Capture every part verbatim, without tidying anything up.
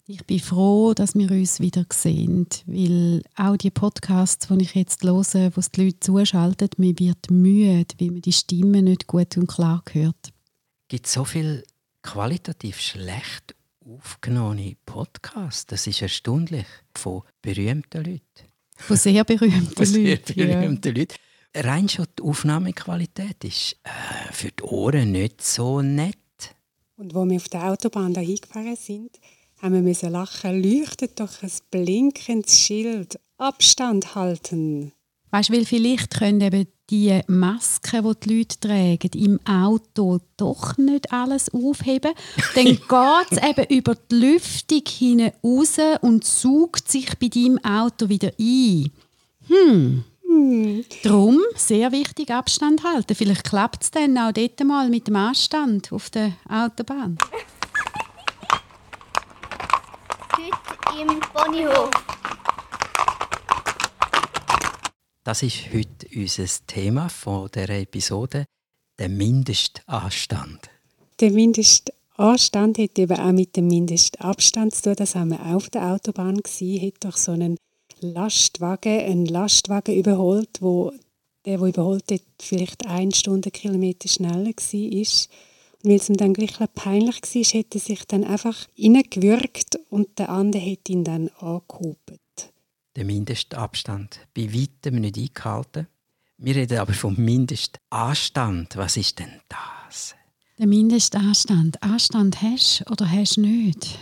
Ich bin froh, dass wir uns wieder sehen, weil auch die Podcasts, die ich jetzt höre, wo die Leute zuschalten, mir wird müde, weil man die Stimme nicht gut und klar hört. Gibt so viel qualitativ schlecht aufgenommene Podcasts. Das ist erstaunlich. Von berühmten Leuten. Von sehr berühmten Von sehr Leuten. berühmten ja. Leuten. Rein schon die Aufnahmequalität ist äh, für die Ohren nicht so nett. Und als wir auf der Autobahn da hingefahren sind, haben wir lachen. Leuchtet doch ein blinkendes Schild. Abstand halten. Weißt du, weil vielleicht können eben die Masken, die die Leute tragen, im Auto doch nicht alles aufheben. Dann geht es eben über die Lüftung hinten raus und saugt sich bei deinem Auto wieder ein. Hm. hm. Darum sehr wichtig Abstand halten. Vielleicht klappt es dann auch dort mal mit dem Anstand auf der Autobahn. Heute im Ponyhof. Das ist heute unser Thema von dieser Episode, der Mindestanstand. Der Mindestanstand hat eben auch mit dem Mindestabstand zu tun. Das haben wir auf der Autobahn gesehen. Hat doch so einen Lastwagen, einen Lastwagen überholt, wo der, der überholt hat, vielleicht eine Stundenkilometer schneller war. Und weil es ihm dann gleich peinlich war, hat er sich dann einfach reingewürgt und der andere hat ihn dann angehoben. Der Mindestabstand bei weitem nicht eingehalten. Wir reden aber vom Mindestanstand. Was ist denn das? Der Mindestanstand. Anstand hast oder hast du nicht?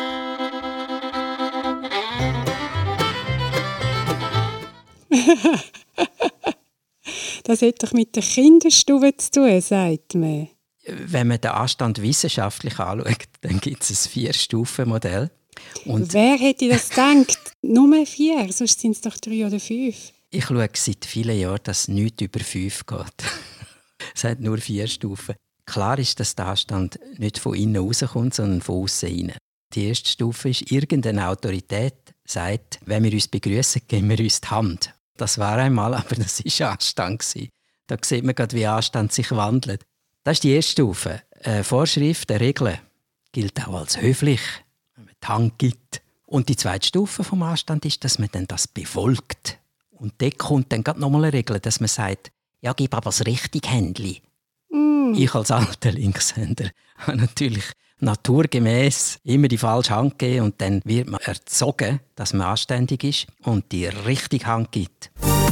Das hat doch mit der Kinderstube zu tun, sagt man. Wenn man den Anstand wissenschaftlich anschaut, dann gibt es ein Vier-Stufen-Modell. Und wer hätte das gedacht? Nur vier, sonst sind es doch drei oder fünf. Ich schaue seit vielen Jahren, dass es nichts über fünf geht. Es hat nur vier Stufen. Klar ist, dass der Anstand nicht von innen rauskommt, sondern von außen rein. Die erste Stufe ist, irgendeine Autorität sagt, wenn wir uns begrüßen, geben wir uns die Hand. Das war einmal, aber das war Anstand. Da sieht man gerade, wie Anstand sich wandelt. Das ist die erste Stufe. Eine Vorschrift, eine Regel gilt auch als höflich, wenn man die Hand gibt. Und die zweite Stufe vom Anstand ist, dass man dann das befolgt. Und dort kommt dann gerade nochmal eine Regel, dass man sagt, ja, gib aber das richtige Händchen. Mm. Ich als alter Linkshänder habe natürlich naturgemäß immer die falsche Hand gegeben und dann wird man erzogen, dass man anständig ist und die richtige Hand gibt.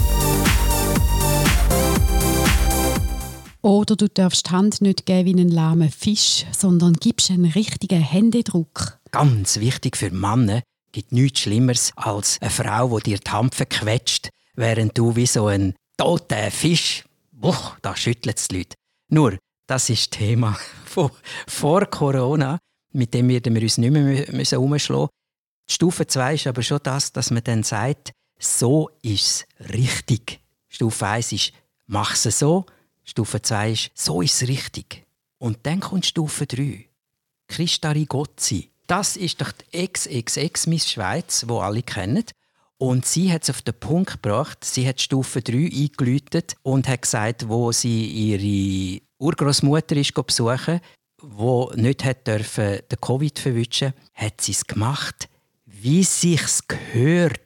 Oder du darfst die Hand nicht geben wie einen lahmen Fisch, sondern gibst einen richtigen Händedruck. Ganz wichtig für Männer, gibt nichts Schlimmeres als eine Frau, die dir die Hand verquetscht, während du wie so ein toter Fisch, boah, da schüttelt es die Leute. Nur, das ist das Thema von vor Corona, mit dem werden wir uns nicht mehr herumschlagen müssen. Stufe zwei ist aber schon das, dass man dann sagt, so ist es richtig. Stufe eins ist, mach es so. Stufe zwei ist, so ist es richtig. Und dann kommt Stufe drei. Christa Rigozzi. Das ist doch die X X X Miss Schweiz, die alle kennen. Und sie hat es auf den Punkt gebracht. Sie hat Stufe drei eingeläutet und hat gesagt, wo sie ihre Urgroßmutter ist besuchen, die nicht hat dürfen, den Covid verwischen, hat sie es gemacht, wie sich's gehört.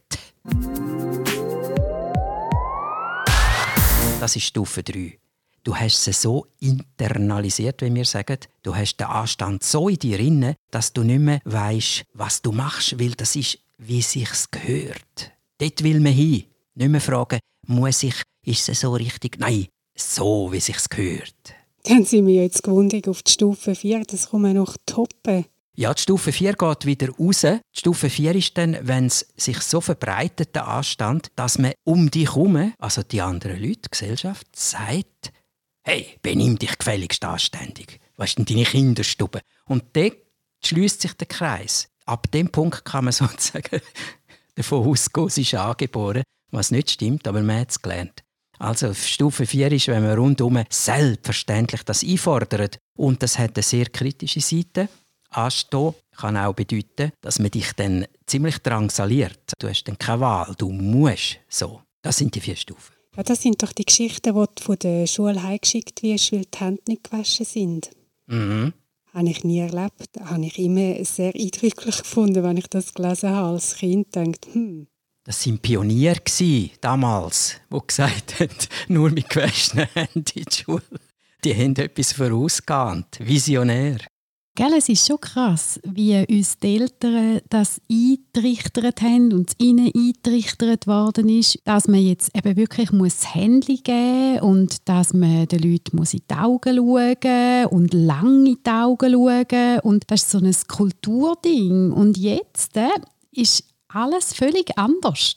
Das ist Stufe drei. Du hast sie so internalisiert, wie wir sagen. Du hast den Anstand so in dir drin, dass du nicht mehr weisst, was du machst, weil das ist, wie sich's gehört. Dort will man hin. Nicht mehr fragen, muss ich, ist es so richtig? Nein, so, wie sich's gehört. Dann sind wir jetzt gewundert auf die Stufe vier, das kann man noch toppen. Ja, die Stufe vier geht wieder raus. Die Stufe vier ist dann, wenn es sich so verbreitet, der Anstand, dass man um dich herum, also die anderen Leute, die Gesellschaft, sagt, hey, benimm dich gefälligst anständig. Was ist denn deine Kinderstube? Und dort schliesst sich der Kreis. Ab dem Punkt kann man sozusagen davon ausgehen, es ist angeboren, was nicht stimmt, aber man hat es gelernt. Also Stufe vier ist, wenn man rundum selbstverständlich das einfordert. Und das hat eine sehr kritische Seite. Anstehen kann auch bedeuten, dass man dich dann ziemlich drangsaliert. Du hast dann keine Wahl, du musst so. Das sind die vier Stufen. Ja, das sind doch die Geschichten, die du von der Schule heimgeschickt wirst, weil die Hände nicht gewaschen sind. Mhm. habe ich nie erlebt. Das habe ich immer sehr eindrücklich gefunden, wenn ich das gelesen habe als Kind. Dachte, hm. Das waren Pioniere damals, die gesagt haben, nur mit gewaschenen Händen in die Schule. Die haben etwas vorausgeahnt, visionär. Gell, es ist schon krass, wie uns die Eltern das eingetrichtert haben und es ihnen eingetrichtert worden ist, dass man jetzt eben wirklich das Handy geben muss und dass man den Leuten muss in die Augen schauen und lang in die Augen schauen. Und das ist so ein Kulturding. Und jetzt äh, ist alles völlig anders.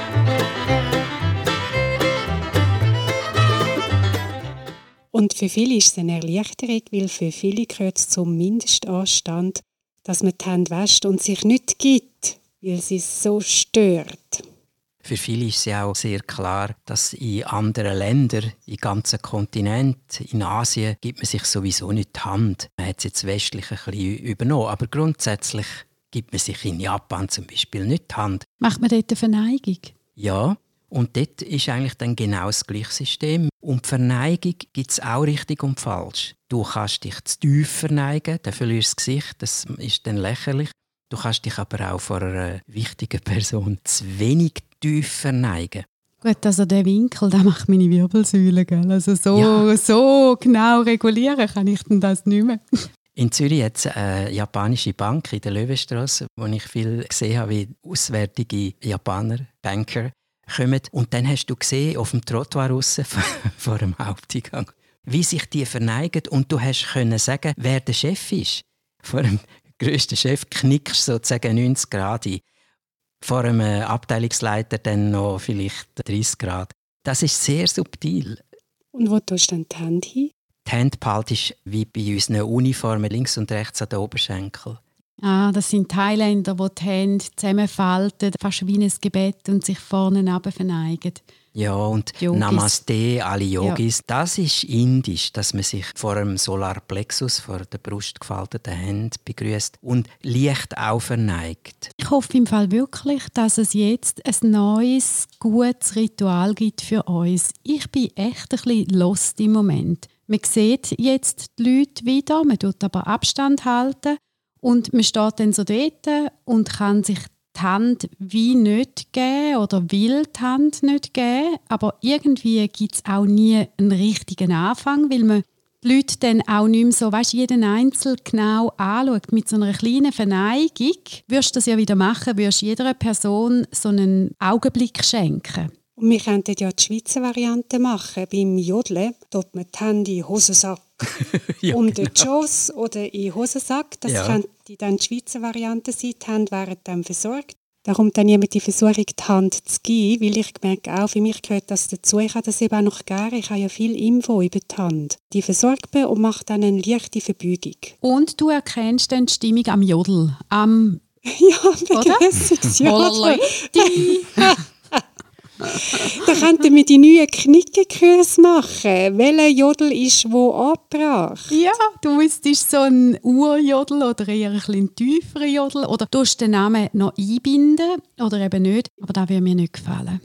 Und für viele ist es eine Erleichterung, weil für viele gehört es zum Mindestanstand, dass man die Hände wäscht und sich nicht gibt, weil sie es so stört. Für viele ist es ja auch sehr klar, dass in anderen Ländern, in ganzen Kontinenten, in Asien, gibt man sich sowieso nicht die Hand. Man hat es jetzt westlich ein bisschen übernommen, aber grundsätzlich gibt man sich in Japan zum Beispiel nicht die Hand. Macht man dort eine Verneigung? Ja. Und dort ist eigentlich dann genau das gleiche System. Und die Verneigung gibt es auch richtig und falsch. Du kannst dich zu tief verneigen, dann verlierst du das Gesicht, das ist dann lächerlich. Du kannst dich aber auch vor einer wichtigen Person zu wenig tief verneigen. Gut, also der Winkel, der macht meine Wirbelsäule. Gell? Also so, Ja. so genau regulieren kann ich denn das nicht mehr. In Zürich hat es eine japanische Bank in der Löwenstrasse, wo ich viel gesehen habe, wie auswärtige Japaner, Banker, kommen. Und dann hast du gesehen, auf dem Trottoir aussen, vor dem Haupteingang, wie sich die verneigen. Und du hast können sagen, wer der Chef ist. Vor dem grössten Chef knickst du sozusagen neunzig Grad ein. Vor einem Abteilungsleiter dann noch vielleicht dreißig Grad. Das ist sehr subtil. Und wo tust du dann die Hände hin? Die Handpalt ist wie bei unseren Uniformen links und rechts an den Oberschenkeln. Ah, das sind Thailänder, die die Hände zusammenfalten, fast wie ein Gebet und sich vorne runter verneigen. Ja, und Yogis. Namaste, alle Yogis, ja. Das ist indisch, dass man sich vor dem Solarplexus, vor der Brust gefalteten Hand begrüßt und leicht auch verneigt. Ich hoffe im Fall wirklich, dass es jetzt ein neues, gutes Ritual gibt für uns. Ich bin echt ein bisschen lost im Moment. Man sieht jetzt die Leute wieder, man tut aber Abstand halten. Und man steht dann so dort und kann sich die Hand wie nicht geben oder will die Hand nicht geben. Aber irgendwie gibt es auch nie einen richtigen Anfang, weil man die Leute dann auch nicht mehr so, weißt, jeden Einzelnen genau anschaut. Mit so einer kleinen Verneigung würdest du das ja wieder machen, würdest jeder Person so einen Augenblick schenken. Und wir könnten ja die Schweizer Variante machen. Beim Jodeln tut man die Hände in den Hosensack ja, um genau. den Schoss oder in den Hosensack. Das Ja. könnte dann die Schweizer Variante sein. Die Hände wären dann versorgt. Da kommt dann jemand die Versuchung, die Hand zu geben, weil ich merke auch, für mich gehört das dazu. Ich habe das eben auch noch gerne. Ich habe ja viel Info über die Hand. Die versorgt man und macht dann eine leichte Verbeugung. Und du erkennst dann die Stimmung am Jodel, am Ja, Oder? vergessen Sie ja. Hollerleute. Da könnten wir die neuen Knickenkurse machen. Welcher Jodel ist wo angebracht? Ja, du müsstest so einen Urjodel oder eher ein bisschen tieferen Jodel oder du den Namen noch einbinden oder eben nicht. Aber das würde mir nicht gefallen.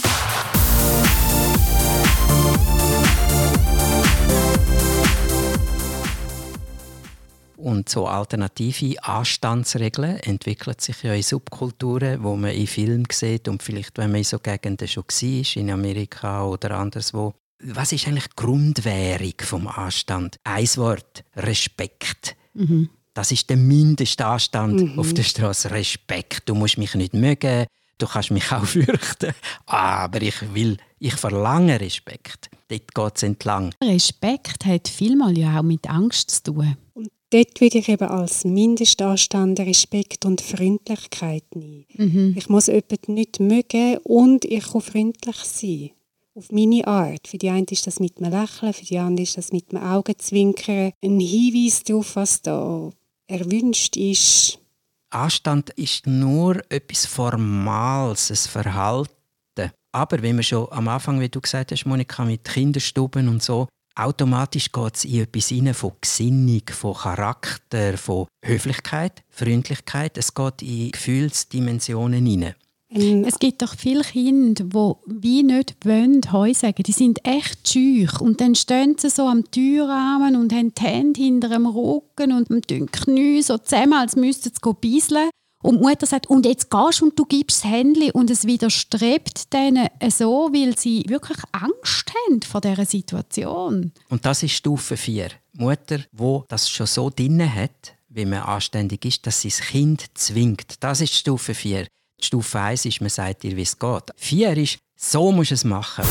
Und so alternative Anstandsregeln entwickeln sich ja in Subkulturen, wo man in Filmen sieht und vielleicht, wenn man in so Gegenden schon war, in Amerika oder anderswo. Was ist eigentlich die Grundwährung vom Anstand? Ein Wort: Respekt. Mhm. Das ist der Mindestanstand Mhm. auf der Straße. Respekt. Du musst mich nicht mögen, du kannst mich auch fürchten, aber ich will, ich verlange Respekt. Dort geht es entlang. Respekt hat vielmal ja auch mit Angst zu tun. Und dort würde ich eben als Mindestanstand Respekt und Freundlichkeit nehmen. Mhm. Ich muss jemanden nicht mögen und ich kann freundlich sein. Auf meine Art. Für die einen ist das mit einem Lächeln, für die anderen ist das mit einem Augenzwinkern. Ein Hinweis darauf, was da erwünscht ist. Anstand ist nur etwas Formales, ein Verhalten. Aber wenn wir schon am Anfang, wie du gesagt hast, Monika, mit Kinderstuben und so, automatisch geht es in etwas rein von Gesinnung, von Charakter, von Höflichkeit, Freundlichkeit. Es geht in Gefühlsdimensionen rein. Ein Es gibt doch viele Kinder, die wie nicht wollen, Heu sagen. Die sind echt schüch. Und dann stehen sie so am Türrahmen und haben die Hände hinter dem Rücken und mit den Knien so zusammen, als müssten sie beiseln. Und die Mutter sagt, und jetzt gehst du und du gibst das Händchen. Und es widerstrebt denen so, weil sie wirklich Angst haben vor dieser Situation. Und das ist Stufe vier. Mutter, die das schon so drin hat, wie man anständig ist, dass sie das Kind zwingt. Das ist Stufe vier. Stufe eins ist, man sagt ihr, wie es geht. vier ist, so musst du es machen.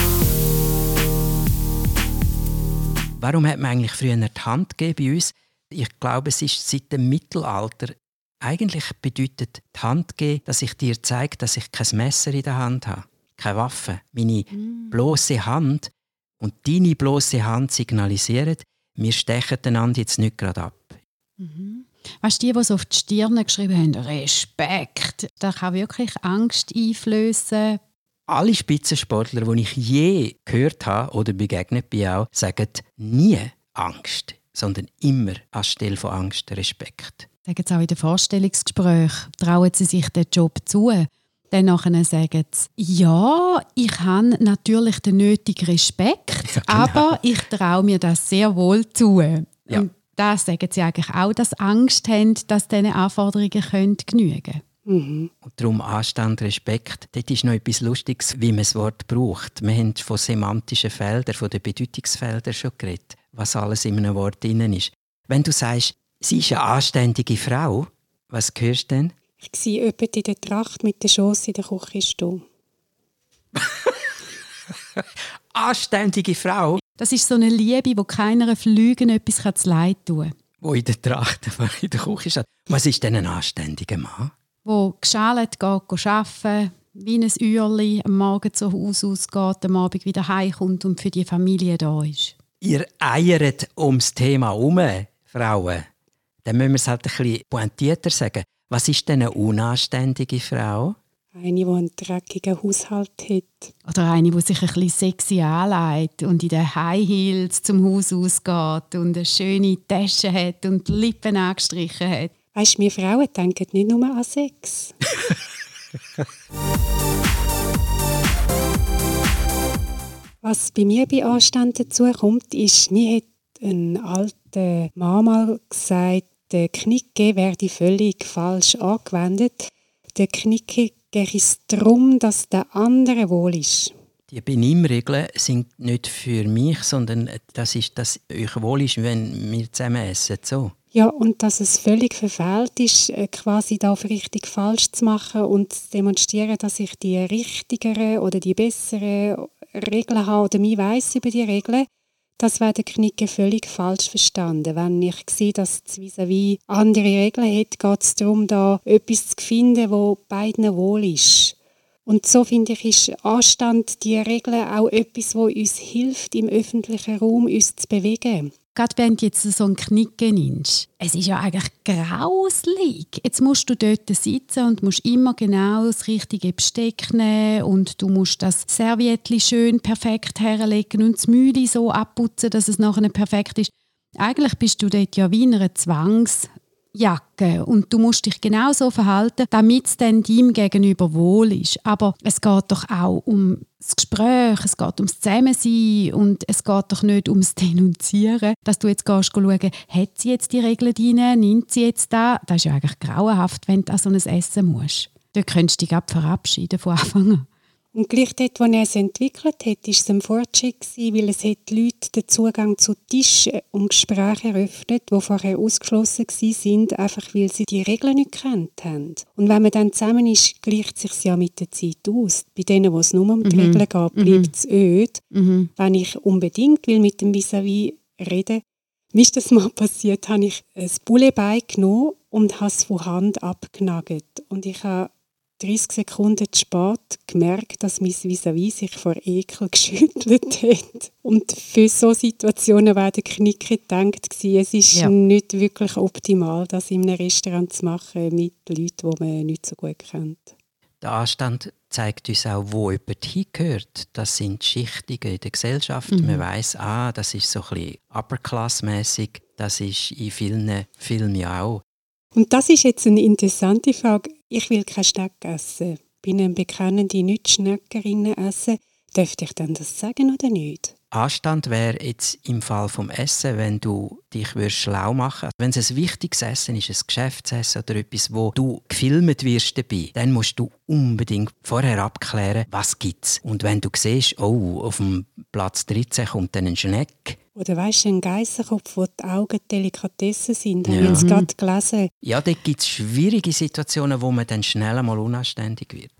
Warum hat man eigentlich früher die Hand gegeben bei uns? Ich glaube, es ist seit dem Mittelalter. Eigentlich bedeutet die Hand geben, dass ich dir zeige, dass ich kein Messer in der Hand habe, keine Waffe. Meine mm. bloße Hand und deine bloße Hand signalisieren, wir stechen einander jetzt nicht gerade ab. Mhm. Weißt du, die, die so auf die Stirn geschrieben haben, Respekt, das kann wirklich Angst einflößen. Alle Spitzensportler, die ich je gehört habe oder begegnet bin, auch, sagen nie Angst, sondern immer anstelle von Angst Respekt. Sagen sie auch in den Vorstellungsgesprächen, trauen sie sich den Job zu. Dann nachher sagen sie, ja, ich habe natürlich den nötigen Respekt, ja, genau. aber ich traue mir das sehr wohl zu. Ja. Und das sagen sie eigentlich auch, dass sie Angst haben, dass diese Anforderungen können genügen können. Mhm. Und darum Anstand, Respekt. Dort ist noch etwas Lustiges, wie man das Wort braucht. Wir haben von semantischen Feldern, von den Bedeutungsfeldern schon geredet, was alles in einem Wort drin ist. Wenn du sagst, sie ist eine anständige Frau, was hörst du denn? Ich sehe jemanden in der Tracht mit der Schoss in der Küche stehen. Anständige Frau? Das ist so eine Liebe, wo keiner Flügen etwas zu leid tun kann. Die in der Tracht in der Küche steht. Was ist denn ein anständiger Mann? Der geschält geht arbeiten, wie ein Uhrli, am Morgen zu Hause ausgeht, am Abend wieder heimkommt und für die Familie da ist. Ihr eiert ums Thema herum, Frauen. Dann müssen wir es halt ein bisschen pointierter sagen. Was ist denn eine unanständige Frau? Eine, die einen dreckigen Haushalt hat. Oder eine, die sich ein bisschen sexy anlegt und in den High Heels zum Haus ausgeht und eine schöne Tasche hat und die Lippen angestrichen hat. Weisst du, wir Frauen denken nicht nur an Sex. Was bei mir bei Anstand dazu kommt, ist, mir hat ein alter Mann mal gesagt, der Knicke werde völlig falsch angewendet. Der Knicke geht es darum, dass der andere wohl ist. Die Benimmregeln sind nicht für mich, sondern das ist, dass euch wohl ist, wenn wir zusammen essen. So. Ja, und dass es völlig verfehlt ist, quasi da auf richtig falsch zu machen und zu demonstrieren, dass ich die richtigeren oder die besseren Regeln habe oder mehr weiss über die Regeln. Das wäre der Knicke völlig falsch verstanden. Wenn ich sehe, dass es vis-à-vis andere Regeln hat, geht es darum, da etwas zu finden, das beiden wohl ist. Und so, finde ich, ist Anstand, die Regeln auch etwas, das uns hilft, im öffentlichen Raum uns zu bewegen. Gerade wenn du jetzt so einen Knicke nimmst, es ist ja eigentlich grauslig. Jetzt musst du dort sitzen und musst immer genau das richtige Besteck nehmen und du musst das Serviettchen schön perfekt herlegen und das Mühle so abputzen, dass es nachher perfekt ist. Eigentlich bist du dort ja wie in einer Zwangsjacke und du musst dich genau so verhalten, damit es dann deinem Gegenüber wohl ist. Aber es geht doch auch um das Gespräch, es geht ums Zusammensein und es geht doch nicht ums Denunzieren, dass du jetzt gehst schauen, hat sie jetzt die Regeln drin, nimmt sie jetzt da? Das ist ja eigentlich grauenhaft, wenn du an so ein Essen musst. Dort könntest du dich verabschieden von Anfang an. Und gleich dort, wo er es entwickelt hat, war es ein Fortschritt, weil es hat die Leute den Zugang zu Tischen und Gesprächen eröffnet, die vorher ausgeschlossen waren, einfach weil sie die Regeln nicht gekannt haben. Und wenn man dann zusammen ist, gleicht es sich ja mit der Zeit aus. Bei denen, wo es nur um die Mhm. Regeln geht, bleibt es öd. Mhm. Wenn ich unbedingt will mit dem Vis-à-vis reden, mir ist das mal passiert, habe ich ein Bullebei genommen und habe es von Hand abgenagelt. Und ich habe dreißig Sekunden zu spät gemerkt, dass mein Vis-à-vis sich vor Ekel geschüttelt hat. Und für solche Situationen war der Knicke gedacht, es ist Ja. nicht wirklich optimal, das in einem Restaurant zu machen mit Leuten, die man nicht so gut kennt. Der Anstand zeigt uns auch, wo jemand hingehört. Das sind Schichtungen in der Gesellschaft. Mhm. Man weiss, ah, das ist so ein bisschen upper-class-mässig. Das ist in vielen Filmen ja auch. Und das ist jetzt eine interessante Frage. Ich will kein Steak essen. bei einem Bekannten nicht Schneckerinnen essen, dürfte ich dann das sagen oder nicht? Anstand wäre jetzt im Fall vom Essen, wenn du dich schlau machen würdest. Wenn es ein wichtiges Essen ist, ein Geschäftsessen oder etwas, wo du gefilmt wirst dabei, dann musst du unbedingt vorher abklären, was gibt's. Und wenn du siehst, oh, auf dem Platz dreizehn kommt dann ein Schneck. Oder weisst du, ein Geissenkopf, wo die Augen Delikatessen sind, ja. habe ich jetzt gerade gelesen. Ja, dort gibt es schwierige Situationen, wo man dann schnell einmal unanständig wird.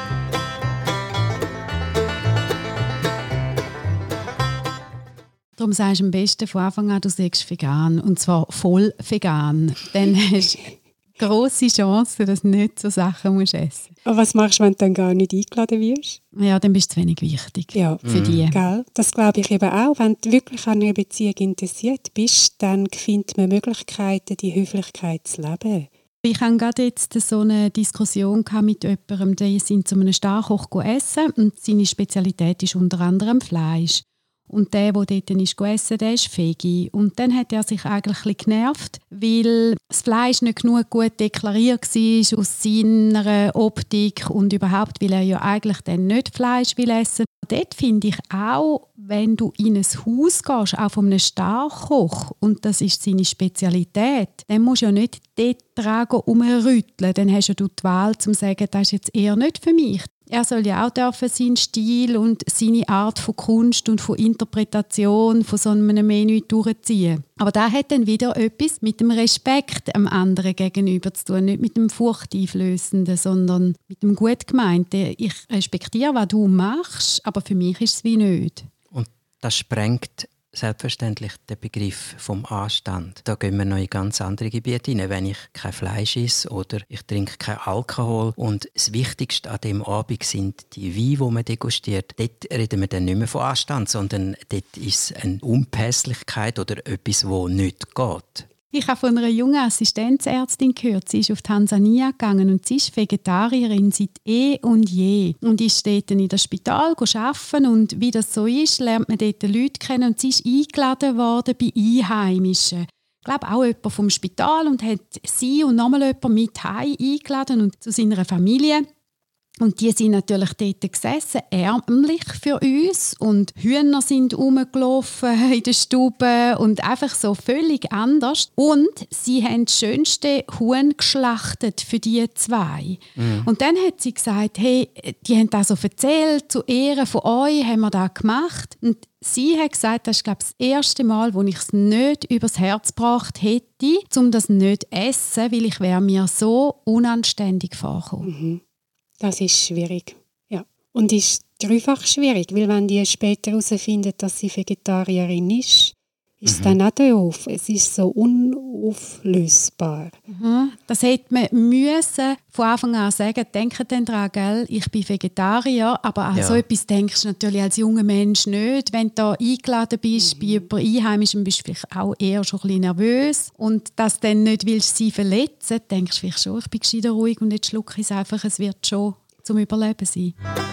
Darum sagst du am besten von Anfang an, du sagst vegan. Und zwar voll vegan. Dann hast du grosse Chance, dass du nicht so Sachen musst essen musst. Aber was machst du, wenn du dann gar nicht eingeladen wirst? Ja, dann bist du zu wenig wichtig ja. für die. Gell? Das glaube ich eben auch. Wenn du wirklich an einer Beziehung interessiert bist, dann findet man Möglichkeiten, die Höflichkeit zu leben. Ich hatte gerade jetzt so eine Diskussion mit jemandem, der sind zu einem Starkoch essen und seine Spezialität ist unter anderem Fleisch. Und der, der dort ist gegessen, der ist Veggie. Und dann hat er sich eigentlich ein bisschen genervt, weil das Fleisch nicht genug gut deklariert war aus seiner Optik und überhaupt, weil er ja eigentlich dann nicht Fleisch will essen. Dort finde ich auch, wenn du in ein Haus gehst, auch von einem Starkoch, und das ist seine Spezialität, dann musst du ja nicht dort dran rumrütteln. Dann hast ja du die Wahl, um zu sagen, das ist jetzt eher nicht für mich. Er soll ja auch dürfen seinen Stil und seine Art von Kunst und von Interpretation von so einem Menü durchziehen. Aber da hat dann wieder etwas mit dem Respekt am anderen gegenüber zu tun. Nicht mit dem Furchteinflößenden, sondern mit dem Gutgemeinten. Ich respektiere, was du machst, aber für mich ist es wie nicht. Und das sprengt selbstverständlich den Begriff vom Anstand. Da gehen wir noch in ganz andere Gebiete hinein. Wenn ich kein Fleisch esse oder ich trinke keinen Alkohol und das Wichtigste an dem Abend sind die Weine, die man degustiert, dort reden wir dann nicht mehr von Anstand, sondern dort ist es eine Unpässlichkeit oder etwas, das nicht geht. Ich habe von einer jungen Assistenzärztin gehört, sie ist auf Tansania gegangen und sie ist Vegetarierin seit eh und je. Und ist dort in das Spital arbeiten und wie das so ist, lernt man dort Leute kennen und sie ist eingeladen worden bei Einheimischen. Ich glaube auch jemand vom Spital und hat sie und nochmal jemand mit heim eingeladen und zu seiner Familie. Und die sind natürlich dort gesessen, ärmlich für uns. Und Hühner sind rumgelaufen in der Stube und einfach so völlig anders. Und sie haben das schönste Huhn geschlachtet für die zwei. Mhm. Und dann hat sie gesagt, hey, die haben das so erzählt, zu Ehren von euch haben wir das gemacht. Und sie hat gesagt, das ist, glaube ich, das erste Mal, wo ich es nicht übers Herz gebracht hätte, um das nicht zu essen, weil ich wäre mir so unanständig vorgekommen. Mhm. Das ist schwierig. Ja. Und ist dreifach schwierig, weil wenn die später herausfinden, dass sie Vegetarierin ist, ist es mhm. dann auch doof. Es ist so unauflösbar. Mhm. Das hätte man müssen von Anfang an sagen, denke dann daran, gell, ich bin Vegetarier, aber an ja. so etwas denkst du natürlich als junger Mensch nicht. Wenn du da eingeladen bist mhm. bei jemandem Einheimischem, bist du vielleicht auch eher schon ein bisschen nervös. Und dass du dann nicht willst, sie verletzen, denkst du vielleicht schon, ich bin gescheiter ruhig und jetzt schlucke ich es einfach, es wird schon zum Überleben sein.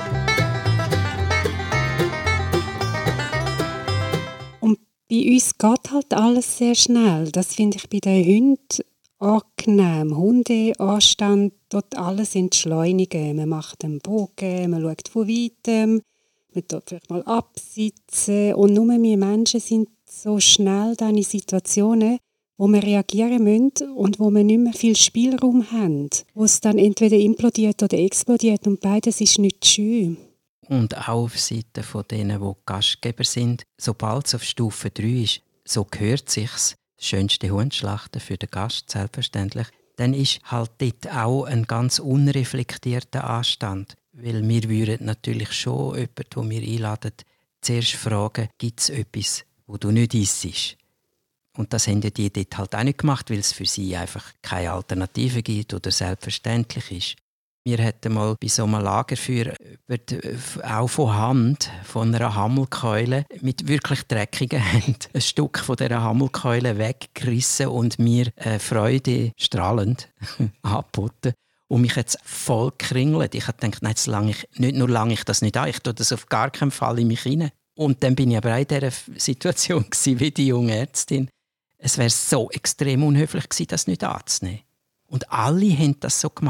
Bei uns geht halt alles sehr schnell. Das finde ich bei den Hunden angenehm. Hundeanstand, dort alles entschleunigen. Man macht einen Bogen, man schaut von weitem, man tut vielleicht mal absitzen. Und nur wir Menschen sind so schnell in Situationen, wo wir reagieren müssen und wo wir nicht mehr viel Spielraum haben. Wo es dann entweder implodiert oder explodiert und beides ist nicht schön. Und auch auf Seite von denen, die Gastgeber sind. Sobald es auf Stufe drei ist, so gehört sich's, das schönste Huhn schlachten für den Gast, selbstverständlich, dann ist halt dort auch ein ganz unreflektierter Anstand. Weil wir würden natürlich schon jemanden, den wir einladen, zuerst fragen, gibt es etwas, wo du nicht isst? Und das haben die dort halt auch nicht gemacht, weil es für sie einfach keine Alternative gibt oder selbstverständlich ist. Wir hatten mal bei so einem Lagerfeuer auch von Hand, von einer Hammelkeule, mit wirklich dreckigen Händen, ein Stück von dieser Hammelkeule weggerissen und mir äh, Freude strahlend angeboten. Und mich jetzt voll gekringelt. Ich habe gedacht, nein, jetzt lang ich, nicht nur lange ich das nicht an, ich tue das auf gar keinen Fall in mich hinein. Und dann bin ich aber auch in dieser Situation wie die junge Ärztin. Es wäre so extrem unhöflich gewesen, das nicht anzunehmen. Und alle haben das so gemacht.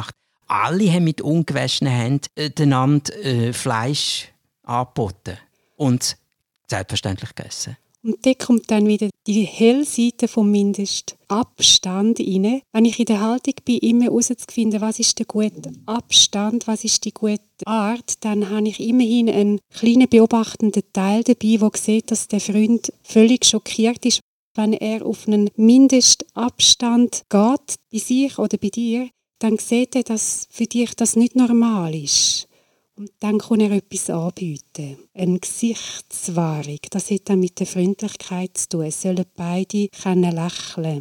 alle haben mit ungewaschenen Händen äh, einander äh, Fleisch angeboten und selbstverständlich gegessen. Und da kommt dann wieder die helle Seite vom Mindestabstand rein. Wenn ich in der Haltung bin, immer herauszufinden, was ist der gute Abstand, was ist die gute Art, dann habe ich immerhin einen kleinen beobachtenden Teil dabei, der sieht, dass der Freund völlig schockiert ist, wenn er auf einen Mindestabstand geht, bei sich oder bei dir, dann sieht er, dass für dich das nicht normal ist. Und dann kann er etwas anbieten. Eine Gesichtswahrung. Das hat dann mit der Freundlichkeit zu tun. Es sollen beide können lächeln.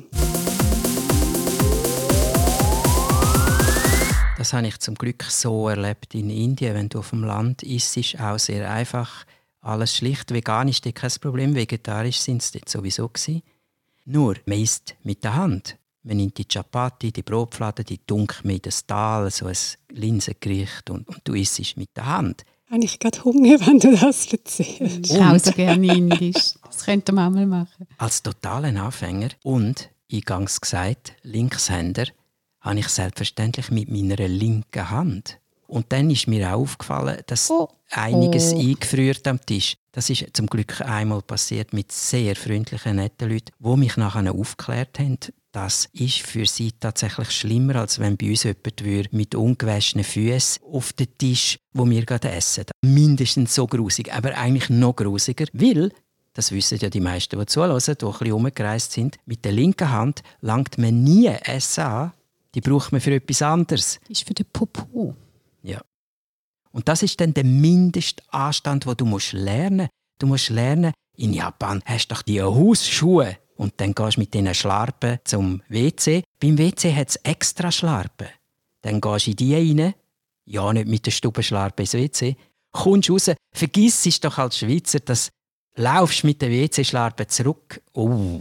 Das habe ich zum Glück so erlebt in Indien. Wenn du auf dem Land isst, ist auch sehr einfach. Alles schlicht. Veganisch ist kein Problem. Vegetarisch sind es dort sowieso gewesen. Nur, man isst mit der Hand. Man nimmt die Chapati, die Brotfladen, die tunkt mit das Tal, so ein Linsengericht und, und du isst es mit der Hand. Habe ich gerade Hunger, wenn du das erzählst. Ich auch so gerne indisch. Das könnte man mal machen. Als totaler Anfänger und, eingangs gesagt, Linkshänder, habe ich selbstverständlich mit meiner linken Hand. Und dann ist mir auch aufgefallen, dass oh. einiges oh. eingefriert am Tisch. Das ist zum Glück einmal passiert mit sehr freundlichen, netten Leuten, die mich nachher aufgeklärt haben. Das ist für sie tatsächlich schlimmer, als wenn bei uns jemand mit ungewaschenen Füßen auf den Tisch, wo wir gerade essen. Mindestens so grusig, aber eigentlich noch grusiger, weil, das wissen ja die meisten, die zuhören, die ein bisschen umgereist sind, mit der linken Hand langt man nie Essen an, die braucht man für etwas anderes. Das ist für den Popo. Ja. Und das ist dann der Mindestanstand, den du musst lernen musst. Du musst lernen, in Japan hast du doch die Hausschuhe. Und dann gehst du mit diesen Schlarpen zum W C. Beim W C hat es extra Schlarpen. Dann gehst du in die rein. Ja, nicht mit der Stubenschlarpe ins W C. Kommst raus, vergiss es doch als Schweizer, dass du laufst mit der W C-Schlarpe zurück. Oh.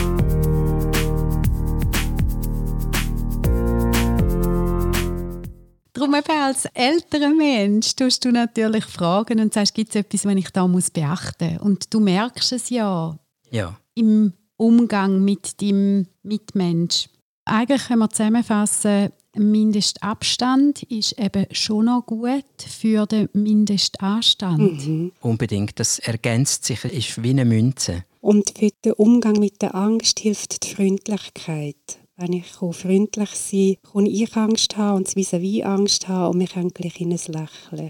Darum eben als älterer Mensch tust du natürlich fragen und sagst, gibt es etwas, was ich da muss beachten muss? Und du merkst es ja, ja. im Umgang mit deinem Mitmensch. Eigentlich können wir zusammenfassen, ein Mindestabstand ist eben schon noch gut für den Mindestanstand. Mhm. Unbedingt, das ergänzt sich, ist wie eine Münze. Und für den Umgang mit der Angst hilft die Freundlichkeit. Wenn ich freundlich sein kann, kann ich Angst haben und das Vis-à-vis Angst haben und wir können gleich in ein Lächeln.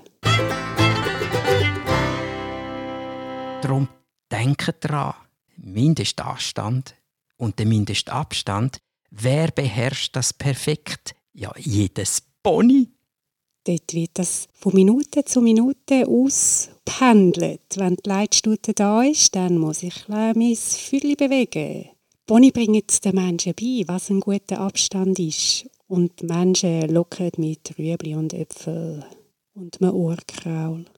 Darum denke dran, Mindestanstand und der Mindestabstand. Wer beherrscht das perfekt? Ja, jedes Pony. Dort wird das von Minute zu Minute auspendelt. Wenn die Leitstute da ist, dann muss ich mein Füdli bewegen. Pony bringt den Menschen bei, was ein guter Abstand ist. Und die Menschen locken mit Rüebli und Äpfel und einem Urkraul.